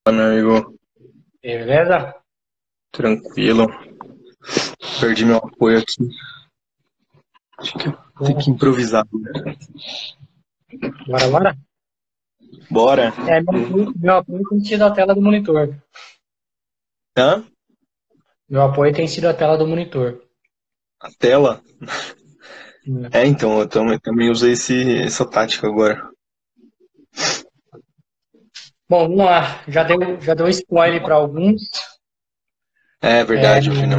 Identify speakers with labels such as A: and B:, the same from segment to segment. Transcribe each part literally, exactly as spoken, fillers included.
A: Meu amigo,
B: Beleza?
A: tranquilo. Perdi meu apoio aqui. Acho que tem
B: Bom,
A: que improvisar.
B: bora, bora?
A: Bora?
B: É, meu apoio, meu apoio tem sido a tela do monitor.
A: Hã?
B: Meu apoio tem sido a tela do monitor.
A: A tela?
B: Hum.
A: É, então, eu também, também usei esse, essa tática agora.
B: Bom, vamos lá. Já deu, já deu spoiler para alguns.
A: É
B: É,
A: verdade, eu vi não.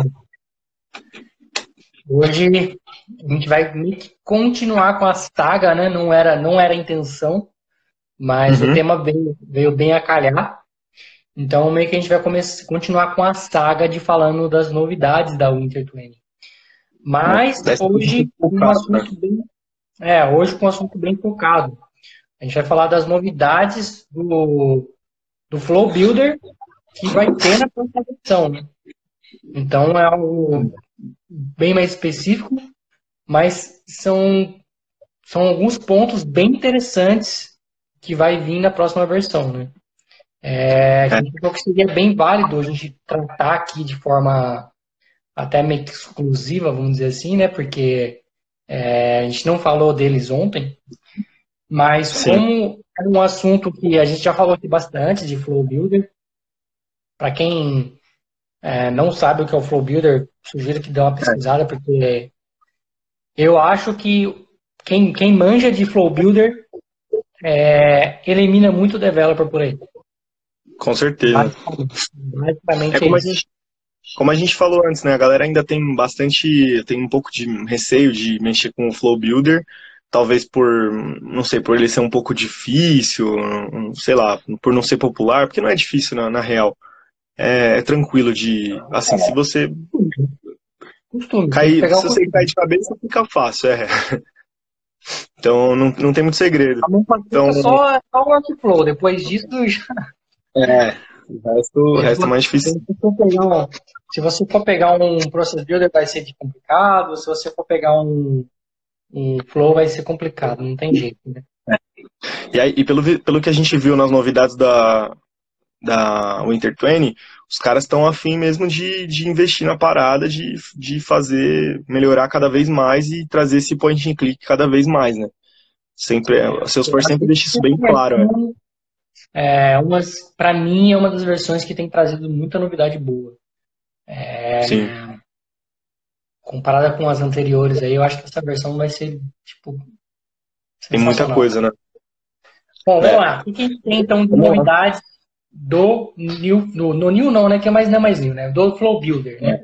B: hoje a gente vai meio que continuar com a saga, né? Não era, não era a intenção, mas o
A: Uhum.
B: tema veio, veio bem a calhar. Então, meio que a gente vai começar, continuar com a saga de falando das novidades da Winter vinte. Mas
A: Dessa vez um
B: hoje
A: pouco
B: um
A: fácil, né?
B: assunto bem, é, hoje com um assunto bem focado. A gente vai falar das novidades do, do Flow Builder que vai ter na próxima versão, né? Então é algo bem mais específico, mas são, são alguns pontos bem interessantes que vai vir na próxima versão, né? É, que a
A: É,
B: gente achou que seria bem válido a gente tratar aqui de forma até meio que exclusiva, vamos dizer assim, né? Porque é, a gente não falou deles ontem, mas
A: sim.
B: como é um assunto que a gente já falou aqui bastante de Flow Builder, para quem é, não sabe o que é o Flow Builder, sugiro que dê uma
A: É,
B: pesquisada, porque eu acho que quem, quem manja de Flow Builder é, elimina muito developer por aí.
A: com certeza.
B: Basicamente,
A: É
B: basicamente é
A: como a
B: isso.
A: gente, como a gente falou antes, né? A galera ainda tem bastante, tem um pouco de receio de mexer com o Flow Builder. Talvez por, não sei, por ele ser um pouco difícil, um, sei lá, por não ser popular, porque não é difícil na, na real. É, é tranquilo de, assim, se você
B: Costume, tem que
A: cair,
B: pegar o
A: se você cair
B: costume.
A: de cabeça, fica fácil, é. Então não, não tem muito segredo.
B: A mão
A: Então,
B: é só, só o workflow, depois disso já
A: é, o resto, o
B: se
A: resto é
B: você
A: mais difícil.
B: for pegar um, se você for pegar um process builder vai ser complicado, se você for pegar um, um flow vai ser complicado, não tem jeito, né?
A: E, aí, e pelo, vi- pelo que a gente viu nas novidades da, da Winter vinte, os caras estão afim mesmo de, de investir na parada, de, de fazer, melhorar cada vez mais e trazer esse point and click cada vez mais, né? Sempre, o Salesforce sempre deixa isso bem claro, é.
B: É, umas, para mim é uma das versões que tem trazido muita novidade boa.
A: Sim,
B: Comparada com as anteriores aí, eu acho que essa versão vai ser, tipo,
A: tem muita
B: sensacional.
A: coisa, né?
B: Bom, vamos
A: É,
B: lá. O que a gente tem então de
A: vamos lá.
B: novidades do New, no, no New não, né? Que é mais não é mais New, né? Do Flow Builder, né?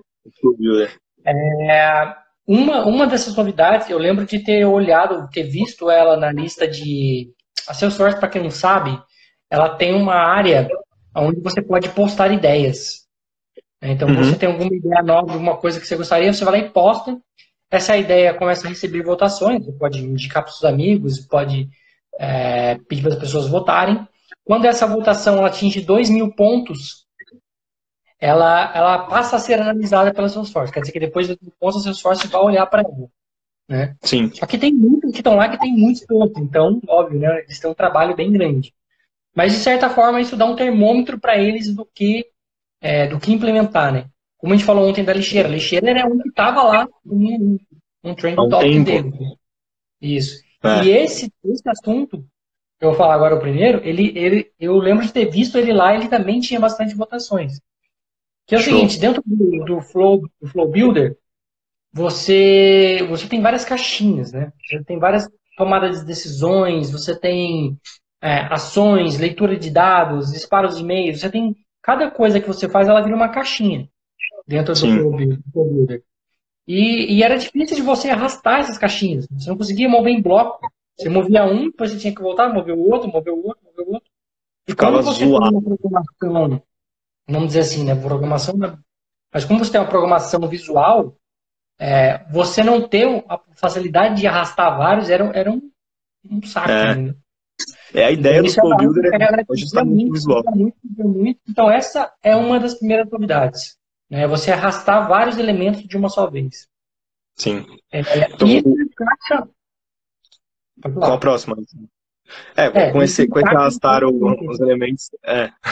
B: Uma, uma dessas novidades, eu lembro de ter olhado, ter visto ela na lista de. A Salesforce, para quem não sabe, ela tem uma área onde você pode postar ideias. Né? Então, você
A: Uhum.
B: tem alguma ideia nova, alguma coisa que você gostaria, você vai lá e posta. Essa ideia começa a receber votações, você pode indicar para os seus amigos, pode é, pedir para as pessoas votarem. Quando essa votação ela atinge dois mil pontos, ela, ela passa a ser analisada pela Salesforce. Quer dizer que depois do ponto, a Salesforce vai olhar para ela. Né?
A: Sim,
B: Só que tem muitos que estão lá que tem muitos pontos, então, óbvio, né? Eles têm um trabalho bem grande. Mas, de certa forma, isso dá um termômetro para eles do que, é, do que implementar, né? Como a gente falou ontem da lixeira. A lixeira era um que estava lá, um, um
A: há
B: trend
A: um
B: topic
A: tempo.
B: dele. Isso. E
A: É,
B: esse, esse assunto, que eu vou falar agora o primeiro, ele, ele, eu lembro de ter visto ele lá, ele também tinha bastante votações. Que é o
A: show.
B: seguinte, dentro do, do Flow, do Flow Builder, você, você tem várias caixinhas, né? Você tem várias tomadas de decisões, você tem é, ações, leitura de dados, disparos de e-mails, você tem cada coisa que você faz, ela vira uma caixinha dentro do
A: Sim.
B: Flow Builder. do Flow Builder. E, e era difícil de você arrastar essas caixinhas. Você não conseguia mover em bloco. Você movia um, depois você tinha que voltar, mover o outro, mover o outro, mover o outro. E
A: Ficava
B: quando você tem
A: zoado.
B: uma programação, vamos dizer assim, né? Programação, mas como você tem uma programação visual, você não ter a facilidade de arrastar vários era, era um, um saco,
A: É,
B: né?
A: é a
B: Então
A: ideia do
B: isso é
A: Flow
B: algo
A: Builder
B: que a galera
A: é
B: pedia
A: justamente o
B: muito,
A: visual.
B: pedia muito, pedia muito. Então essa é uma das primeiras novidades. Né? Você arrastar vários elementos de uma só vez.
A: Sim.
B: É,
A: Então,
B: e encaixa. Pode
A: qual a
B: falar.
A: próxima? É,
B: É,
A: com
B: e
A: esse, com esse
B: encaixa
A: arrastar o-
B: muito.
A: os elementos, é.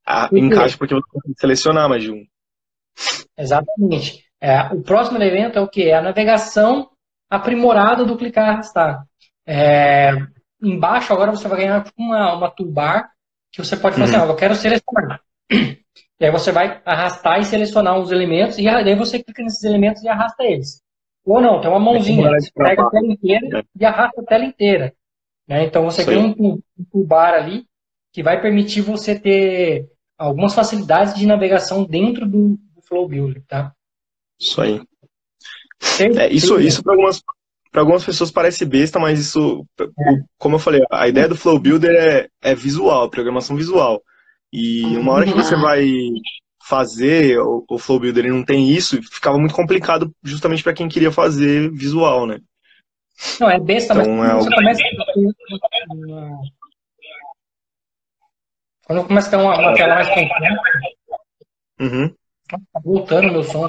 A: a,
B: Por quê?
A: encaixa porque você consegue selecionar mais de um.
B: Exatamente. É, o próximo elemento é o quê? É a navegação aprimorada do clicar e arrastar. É, embaixo agora você vai ganhar uma, uma toolbar que você pode falar assim,
A: Uhum.
B: ah, eu quero selecionar. E aí você vai arrastar e selecionar os elementos, e aí você clica nesses elementos e arrasta eles. Ou não, tem uma
A: É como
B: mãozinha,
A: ela
B: você pega a
A: destravar.
B: tela inteira
A: É,
B: e arrasta a tela inteira. Né? Então você
A: isso
B: ganha
A: aí.
B: um, tool- um toolbar ali que vai permitir você ter algumas facilidades de navegação dentro do, do Flow Builder. Tá?
A: Isso aí. É, isso,
B: Terceiro,
A: isso para algumas, para algumas pessoas parece besta, mas isso, o, como eu falei, a ideia do Flow Builder é, é visual, programação visual. E uma hora que você vai fazer o, o Flow Builder e não tem isso, ficava muito complicado justamente para quem queria fazer visual, né?
B: não, é besta, mas
A: Então é
B: quando
A: algo.
B: você começa a ter uma, quando começa a ter uma, uma tela mais completa,
A: Uhum.
B: tá voltando o meu som.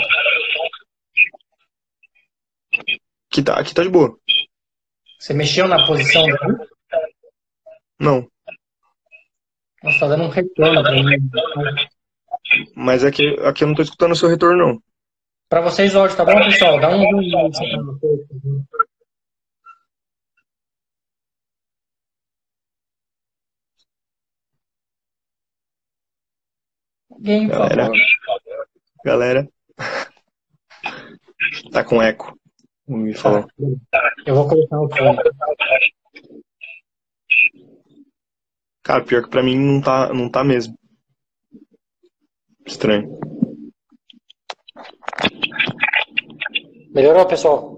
A: Que tá, aqui tá de boa.
B: Você mexeu na posição do.
A: Não.
B: Nossa, tá dando um retorno pra mim.
A: Mas aqui, aqui eu não tô escutando o seu retorno, não.
B: Para vocês hoje, tá bom, pessoal? Dá um zoom nisso pra vocês. Alguém, por
A: Galera,
B: favor.
A: galera, tá com eco. Me
B: Tá.
A: falou.
B: Eu vou colocar o fone.
A: Cara, pior que pra mim não tá, não tá mesmo. Estranho.
B: Melhorou, pessoal?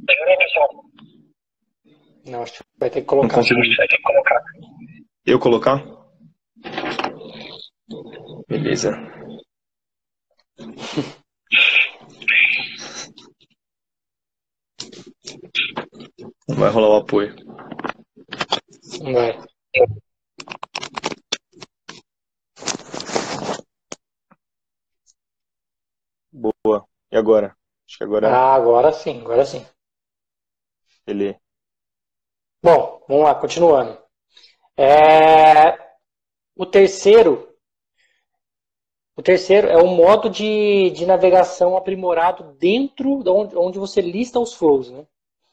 B: Não, acho que vai ter que
A: Não
B: colocar.
A: consigo. Eu colocar? Beleza. Vai rolar o apoio.
B: Vai.
A: Boa. E agora? Acho que agora
B: Ah, agora sim, agora sim.
A: ele.
B: Bom, vamos lá, continuando. É, O terceiro, o terceiro é o modo de, de navegação aprimorado dentro de onde, onde você lista os flows, né?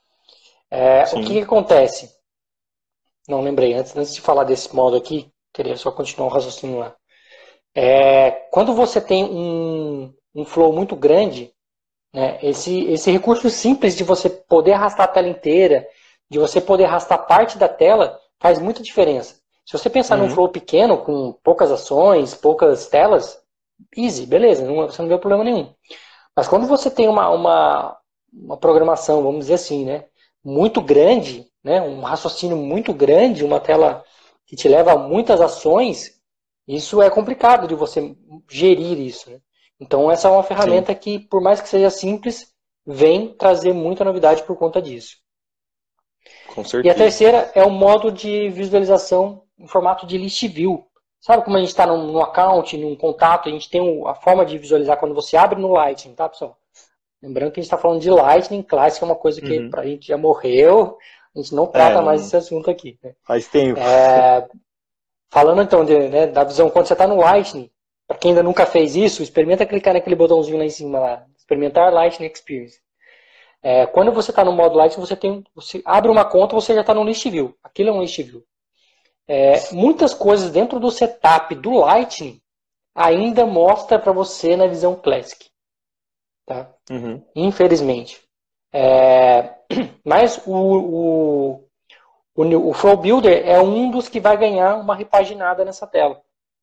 B: É, o que,
A: Sim.
B: que acontece? Não lembrei, antes, antes de falar desse modo aqui, queria só continuar o raciocínio lá. É, quando você tem um, um flow muito grande, né, esse, esse recurso simples de você poder arrastar a tela inteira, de você poder arrastar parte da tela, faz muita diferença. Se você pensar num
A: Uhum.
B: flow pequeno, com poucas ações, poucas telas, easy, beleza, não, você não vê problema nenhum. Mas quando você tem uma, uma, uma programação, vamos dizer assim, né, muito grande, né, um raciocínio muito grande, uma tela que te leva a muitas ações, isso é complicado de você gerir isso. Né? Então essa é uma
A: Sim,
B: ferramenta que, por mais que seja simples, vem trazer muita novidade por conta disso.
A: com
B: E a
A: certeza.
B: terceira é o modo de visualização em formato de list view. Sabe como a gente está num, num account, num contato, a gente tem a forma de visualizar quando você abre no Lightning, tá, pessoal? Lembrando que a gente está falando de Lightning, Classic é uma coisa que
A: Uhum.
B: pra gente já morreu, a gente não
A: É,
B: trata mais
A: não
B: esse assunto aqui. Né?
A: faz tempo.
B: É, falando então de, né, da visão, quando você está no Lightning, para quem ainda nunca fez isso, experimenta clicar naquele botãozinho lá em cima, lá, experimentar Lightning Experience. É, quando você está no modo Lightning, você, tem, você abre uma conta, você já está no List View. Aquilo é um List View. É, muitas coisas dentro do setup do Lightning ainda mostra para você na visão Classic. Tá?
A: Uhum.
B: Infelizmente. É, mas o, o, o, o Flow Builder é um dos que vai ganhar uma repaginada nessa tela.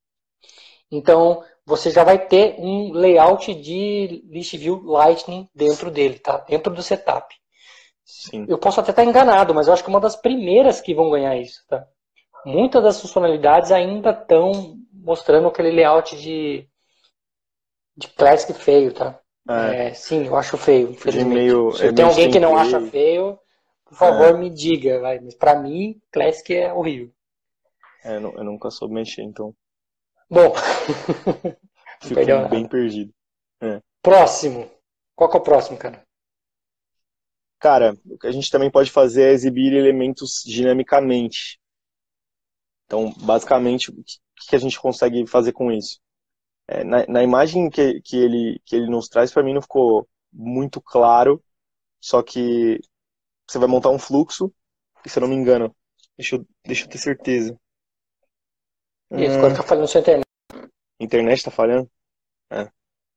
B: Então, você já vai ter um layout de List View Lightning dentro dele, tá? Dentro do setup.
A: Sim.
B: Eu posso até estar enganado, mas eu acho que uma das primeiras que vão ganhar isso, tá? Muitas das funcionalidades ainda estão mostrando aquele layout de, de Classic feio, tá?
A: É,
B: É, sim, eu acho feio,
A: de
B: infelizmente.
A: meio,
B: Se
A: é
B: tem
A: meio
B: alguém
A: sem
B: que não acha
A: play.
B: feio, por
A: É,
B: favor me diga, vai. Mas pra mim, Classic é horrível.
A: é, eu nu- eu nunca soube mexer, então
B: Bom, não
A: fico
B: perdeu
A: bem
B: nada.
A: perdido. É.
B: Próximo. Qual que é o próximo, cara?
A: Cara, o que a gente também pode fazer é exibir elementos dinamicamente. Então, basicamente, o que a gente consegue fazer com isso? É, na, na imagem que, que, ele, que ele nos traz, para mim não ficou muito claro, só que você vai montar um fluxo, e se eu não me engano, deixa eu, deixa eu ter certeza.
B: Isso, agora
A: Hum,
B: tá falando sua internet.
A: internet tá falhando? É.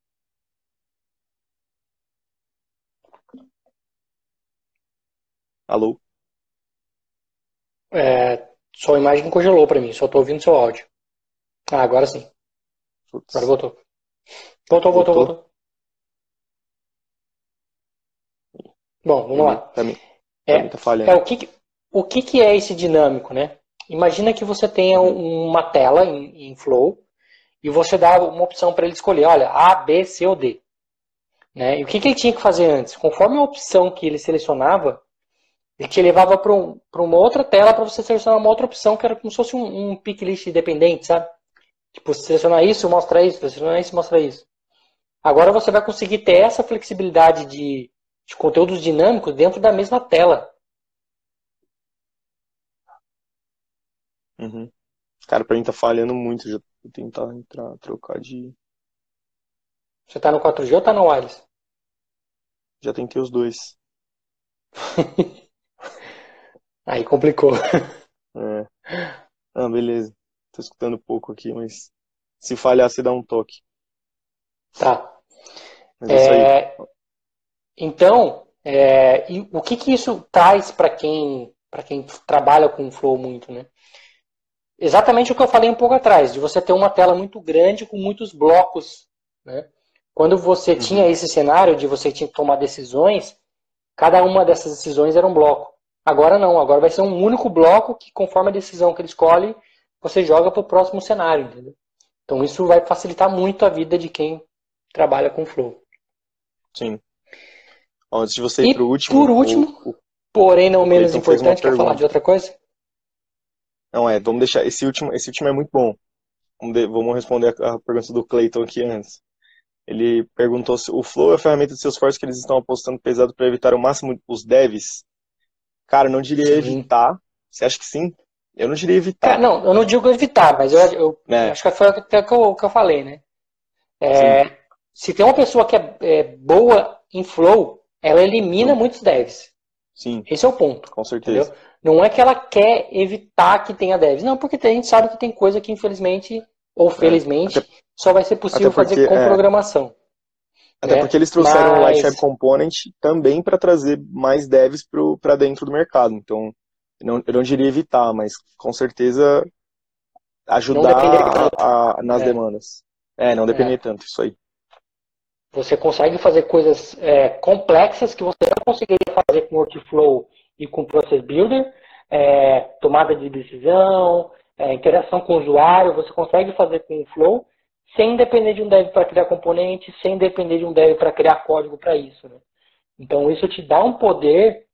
A: Alô?
B: É, sua imagem congelou pra mim, só tô ouvindo seu áudio. Ah, agora sim. Agora
A: Putz,
B: voltou. Voltou, voltou,
A: voltou?
B: voltou. Bom, vamos
A: Beleza.
B: lá.
A: Pra mim, pra mim
B: É,
A: tá
B: é
A: falhando.
B: o que, o que, que é esse dinâmico, né? Imagina que você tenha
A: Uhum,
B: uma tela em, em Flow e você dá uma opção para ele escolher, olha, A, B, C ou D. Né? E o que, que ele tinha que fazer antes? Conforme a opção que ele selecionava, ele te levava para um, uma outra tela para você selecionar uma outra opção que era como se fosse um, um pick list independente, sabe? Tipo, selecionar isso, mostra isso, selecionar isso, mostra isso. Agora você vai conseguir ter essa flexibilidade de, de conteúdos dinâmicos dentro da mesma tela.
A: uhum. Cara, pra mim tá falhando muito. Já vou tentar entrar, trocar de.
B: Você está no quatro G ou está no wireless?
A: Já tentei os dois.
B: Aí complicou.
A: É. Ah, beleza. Tô escutando pouco aqui, mas se falhar, você dá um toque.
B: Tá.
A: Mas é isso aí.
B: É, então, é, e o que, que isso traz para quem, para quem trabalha com Flow muito, né? Exatamente o que eu falei um pouco atrás, de você ter uma tela muito grande com muitos blocos, né? Quando você tinha
A: Uhum,
B: esse cenário de você tinha que tomar decisões, cada uma dessas decisões era um bloco. Agora não, agora vai ser um único bloco que, conforme a decisão que ele escolhe, você joga para o próximo cenário, entendeu? Então isso vai facilitar muito a vida de quem trabalha com Flow.
A: sim. Ó, antes de você ir
B: E
A: pro
B: por
A: último, o,
B: último,
A: o,
B: porém não
A: o
B: menos
A: Cleiton fez uma
B: importante, quer falar de
A: pergunta.
B: outra coisa?
A: Não, é, vamos deixar. Esse último, esse último é muito bom. Vamos, de- vamos responder a, a pergunta do Cleiton aqui antes. Ele perguntou se o Flow é a ferramenta de Salesforce que eles estão apostando pesado para evitar ao máximo os devs. Cara, eu não diria
B: Sim.
A: evitar. Você acha que sim? Eu não diria
B: Cara,
A: evitar.
B: não, eu não digo evitar, mas eu, eu
A: Né?
B: acho que foi até o que eu, que eu falei, né?
A: Sim,
B: É, se tem uma pessoa que é, é boa em Flow, ela elimina
A: não,
B: muitos devs.
A: sim,
B: Esse é o ponto,
A: com
B: entendeu?
A: certeza.
B: Não é que ela quer evitar que tenha devs, não, porque a gente sabe que tem coisa que infelizmente ou
A: É. Até,
B: felizmente só vai ser
A: até
B: possível fazer
A: porque,
B: com
A: é,
B: programação,
A: até
B: né?
A: porque eles trouxeram o Light Web
B: Mas,
A: Component também para trazer mais devs para dentro do mercado. Então, eu não, eu não diria evitar, mas com certeza
B: não depender
A: ajudar
B: tanto.
A: a, a- nas
B: É,
A: demandas. É, não depender
B: é.
A: tanto, isso aí.
B: Você consegue fazer coisas é, complexas que você não conseguiria fazer com Workflow e com Process Builder, é, tomada de decisão, é, interação com o usuário, você consegue fazer com o Flow sem depender de um dev para criar componente, sem depender de um dev para criar código para isso. Né? Então isso te dá um poder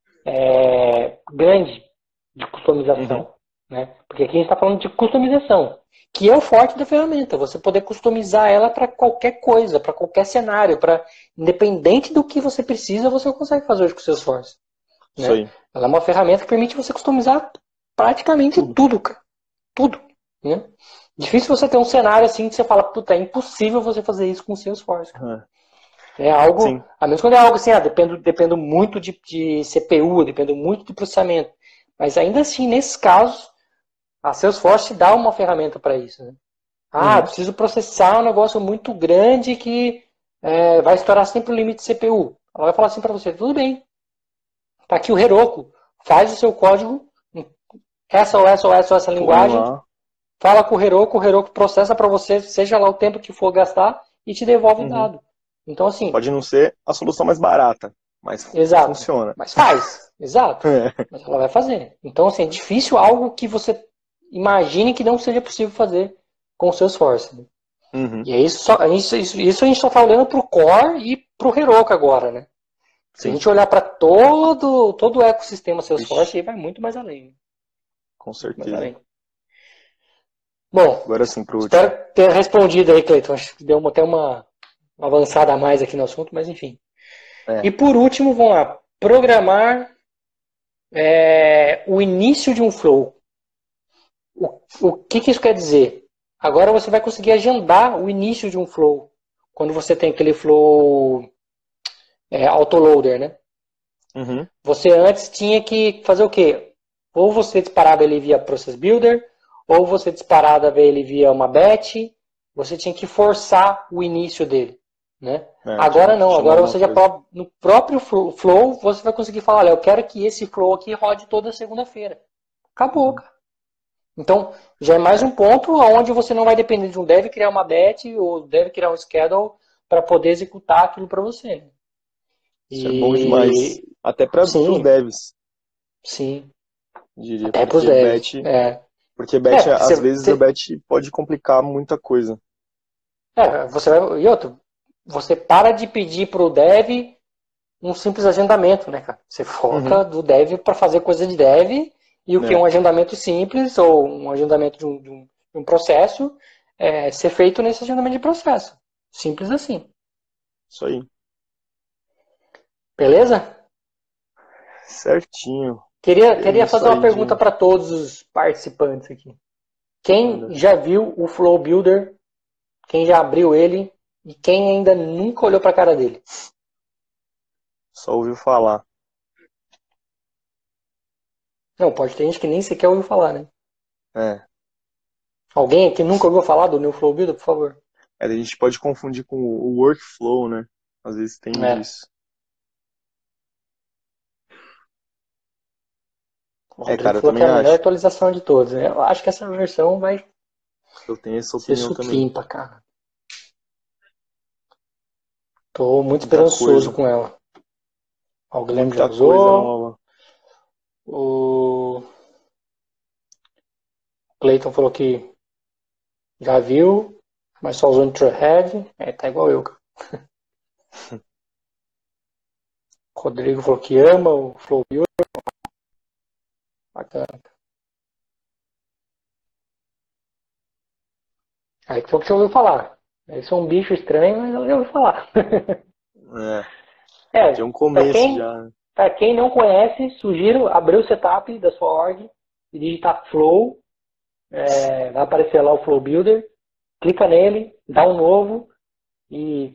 B: é, grande de
A: Uhum,
B: customização. Né? Porque aqui a gente está falando de customização, que é o forte da ferramenta. Você poder customizar ela para qualquer coisa, para qualquer cenário, para independente do que você precisa, você consegue fazer hoje com o Salesforce.
A: isso
B: Né?
A: aí.
B: Ela é uma ferramenta que permite você customizar praticamente
A: Tudo.
B: tudo, cara. Tudo. Né? Difícil você ter um cenário assim que você fala, puta, é impossível você fazer isso com o Salesforce.
A: É,
B: É algo,
A: sim.
B: a menos quando é algo assim, ah, dependo, dependo muito de, de C P U, dependo muito de processamento. Mas ainda assim, nesses casos, a Salesforce dá uma ferramenta para isso. Né? Ah,
A: Uhum,
B: preciso processar um negócio muito grande que é, vai estourar sempre o limite de C P U. Ela vai falar assim para você, tudo bem, tá aqui o Heroku, faz o seu código, essa ou essa ou essa ou essa
A: põe
B: linguagem,
A: lá.
B: fala com o Heroku, o Heroku processa para você, seja lá o tempo que for gastar, e te devolve o
A: Uhum.
B: dado. Então, assim,
A: Pode não ser a solução mais barata, mas
B: exato,
A: funciona.
B: mas faz, exato,
A: É.
B: mas ela vai fazer. Então, assim, é difícil algo que você imagine que não seja possível fazer com o seu esforço. Né?
A: Uhum,
B: E é isso, só, isso, isso, isso a gente só está olhando para o Core e para o Heroku agora, né? Se a
A: sim.
B: gente olhar para todo, todo o ecossistema Salesforce,
A: Vixe,
B: aí vai muito mais além.
A: com
B: Muito mais
A: certeza.
B: além. Bom,
A: Agora sim, pro último.
B: espero ter respondido aí, Cleiton. Acho que deu uma, até uma, uma avançada a mais aqui no assunto, mas enfim.
A: É.
B: E por último, vamos lá. Programar é, o início de um flow. O, o que, que isso quer dizer? agora você vai conseguir agendar o início de um flow. Quando você tem aquele flow é, autoloader, né?
A: Uhum.
B: Você antes tinha que fazer o quê? Ou você disparava ele via Process Builder, ou você disparava ele via uma batch. Você tinha que forçar o início dele, né?
A: É,
B: Agora
A: tinha que
B: não,
A: chamar
B: agora
A: alguma
B: você já
A: coisa.
B: pode, no próprio flow, você vai conseguir falar, olha, eu quero que esse flow aqui rode toda segunda-feira. Acabou,
A: Uhum.
B: cara. Então, já é mais um ponto onde você não vai depender de um dev criar uma batch ou deve criar um schedule para poder executar aquilo para você. Né?
A: Isso é bom demais.
B: E
A: Até para os
B: sim,
A: devs,
B: sim,
A: diria.
B: até para os
A: Porque
B: devs.
A: batch,
B: É,
A: porque
B: é
A: batch,
B: porque
A: às
B: você,
A: vezes a
B: você,
A: batch pode complicar muita coisa.
B: é, você vai, e outro, você para de pedir para o dev um simples agendamento, né, cara? Você
A: Uhum.
B: foca do dev para fazer coisa de dev e o que é
A: É,
B: um agendamento simples ou um agendamento de um, de um, de um processo é ser feito nesse agendamento de processo. Simples assim.
A: isso aí.
B: Beleza?
A: Certinho.
B: Queria,
A: É
B: queria
A: isso
B: fazer uma
A: aí,
B: pergunta
A: Júnior.
B: para todos os participantes aqui. Quem
A: Manda.
B: já viu o Flow Builder? Quem já abriu ele? E quem ainda nunca olhou para a cara dele?
A: Só ouviu falar.
B: Não, pode ter gente que nem sequer ouviu falar, né?
A: É.
B: Alguém aqui nunca ouviu falar do New Flow Builder, por favor?
A: É, a gente pode confundir com o workflow, né? Às vezes tem
B: É.
A: disso.
B: O
A: É,
B: Rodrigo
A: cara, eu
B: falou que é
A: também
B: a melhor
A: acho.
B: atualização de todas. Né? Eu acho que essa versão vai
A: Eu tenho essa
B: ser
A: opinião também.
B: supimpa, cara. Tô muito
A: Muita
B: esperançoso
A: coisa.
B: com ela. Ó, o Guilherme já
A: Muita coisa
B: usou.
A: nova.
B: O Clayton falou que já viu, mas só usou no Trailhead. É, tá igual eu, cara. O Rodrigo falou que ama o Flow Builder. Bacana. Aí que falou que você ouviu falar. Esse é um bicho estranho, mas eu já ouvi falar.
A: É,
B: É,
A: tem um
B: pra
A: começo
B: quem,
A: já.
B: pra quem não conhece, sugiro abrir o setup da sua org e digitar Flow. É, vai aparecer lá o Flow Builder. Clica nele, dá um novo e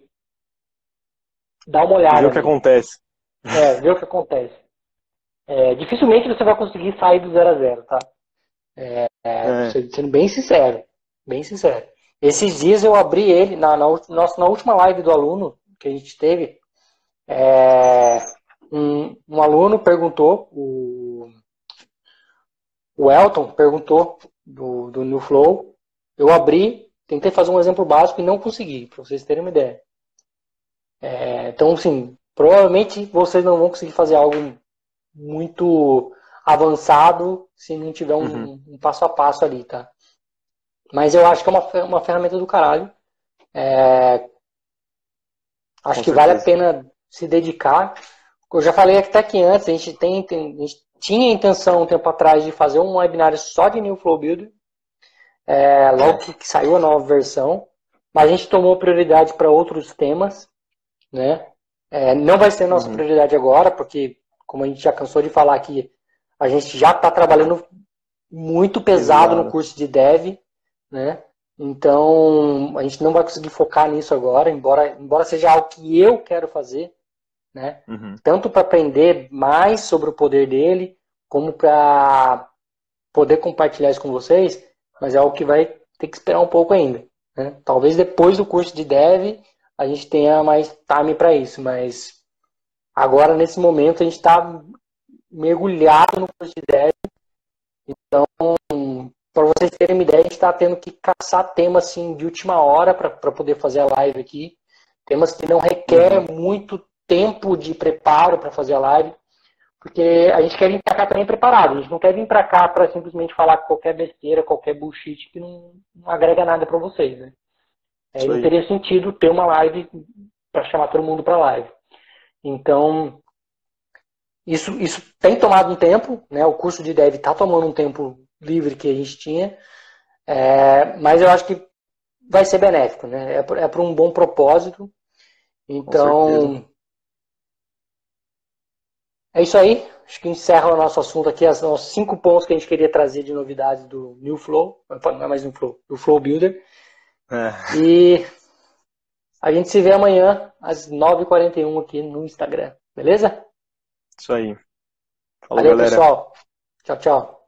B: dá uma
A: E ver
B: olhada
A: o que
B: nele.
A: acontece.
B: É, vê o que acontece. É, dificilmente você vai conseguir sair do zero a zero, tá? É,
A: É.
B: sendo bem sincero. Bem sincero. Esses dias eu abri ele, na, na, nossa, na última live do aluno que a gente teve, é, um, um aluno perguntou, o, o Elton perguntou do, do New Flow. Eu abri, tentei fazer um exemplo básico e não consegui, para vocês terem uma ideia. É, então, assim, provavelmente vocês não vão conseguir fazer algo muito avançado se não tiver
A: Uhum.
B: um, um passo a passo ali, tá? Mas eu acho que é uma, uma ferramenta do caralho. É, acho
A: Com
B: que vale a
A: certeza.
B: pena se dedicar. Eu já falei até aqui antes, a gente, tem, tem, a gente tinha a intenção um tempo atrás de fazer um webinário só de New Flow Builder, é, logo
A: É.
B: que, que saiu a nova versão, mas a gente tomou prioridade para outros temas, né? É, não vai ser nossa
A: Uhum.
B: prioridade agora, porque, como a gente já cansou de falar aqui, a gente já está trabalhando muito pesado no
A: Pesado.
B: curso de Dev, né? Então, a gente não vai conseguir focar nisso agora, embora, embora seja algo que eu quero fazer, né?
A: Uhum.
B: Tanto para aprender mais sobre o poder dele, como para poder compartilhar isso com vocês, mas é algo que vai ter que esperar um pouco ainda. Né? Talvez depois do curso de Dev a gente tenha mais time para isso, mas agora, nesse momento, a gente está mergulhado no curso de Dev. Então, para vocês terem uma ideia, a gente está tendo que caçar temas assim, de última hora para poder fazer a live aqui. Temas que não requer
A: Uhum.
B: muito tempo de preparo para fazer a live, porque a gente quer vir para cá também preparado. A gente não quer vir para cá para simplesmente falar qualquer besteira, qualquer bullshit que não, não agrega nada para vocês. Né? Aí
A: Isso
B: não
A: aí.
B: teria sentido ter uma live para chamar todo mundo para a live. Então, isso, isso tem tomado um tempo, né? O curso de Dev está tomando um tempo livre que a gente tinha, é, mas eu acho que vai ser benéfico, né? É por, é por um bom propósito.
A: Com certeza.
B: Então, é isso aí. acho que encerra o nosso assunto aqui, os nossos cinco pontos que a gente queria trazer de novidades do New Flow, não é mais New Flow, do Flow Builder.
A: É.
B: E a gente se vê amanhã às nove e quarenta e um aqui no Instagram, beleza?
A: Isso aí. Falou,
B: Valeu,
A: galera.
B: pessoal. Tchau, tchau.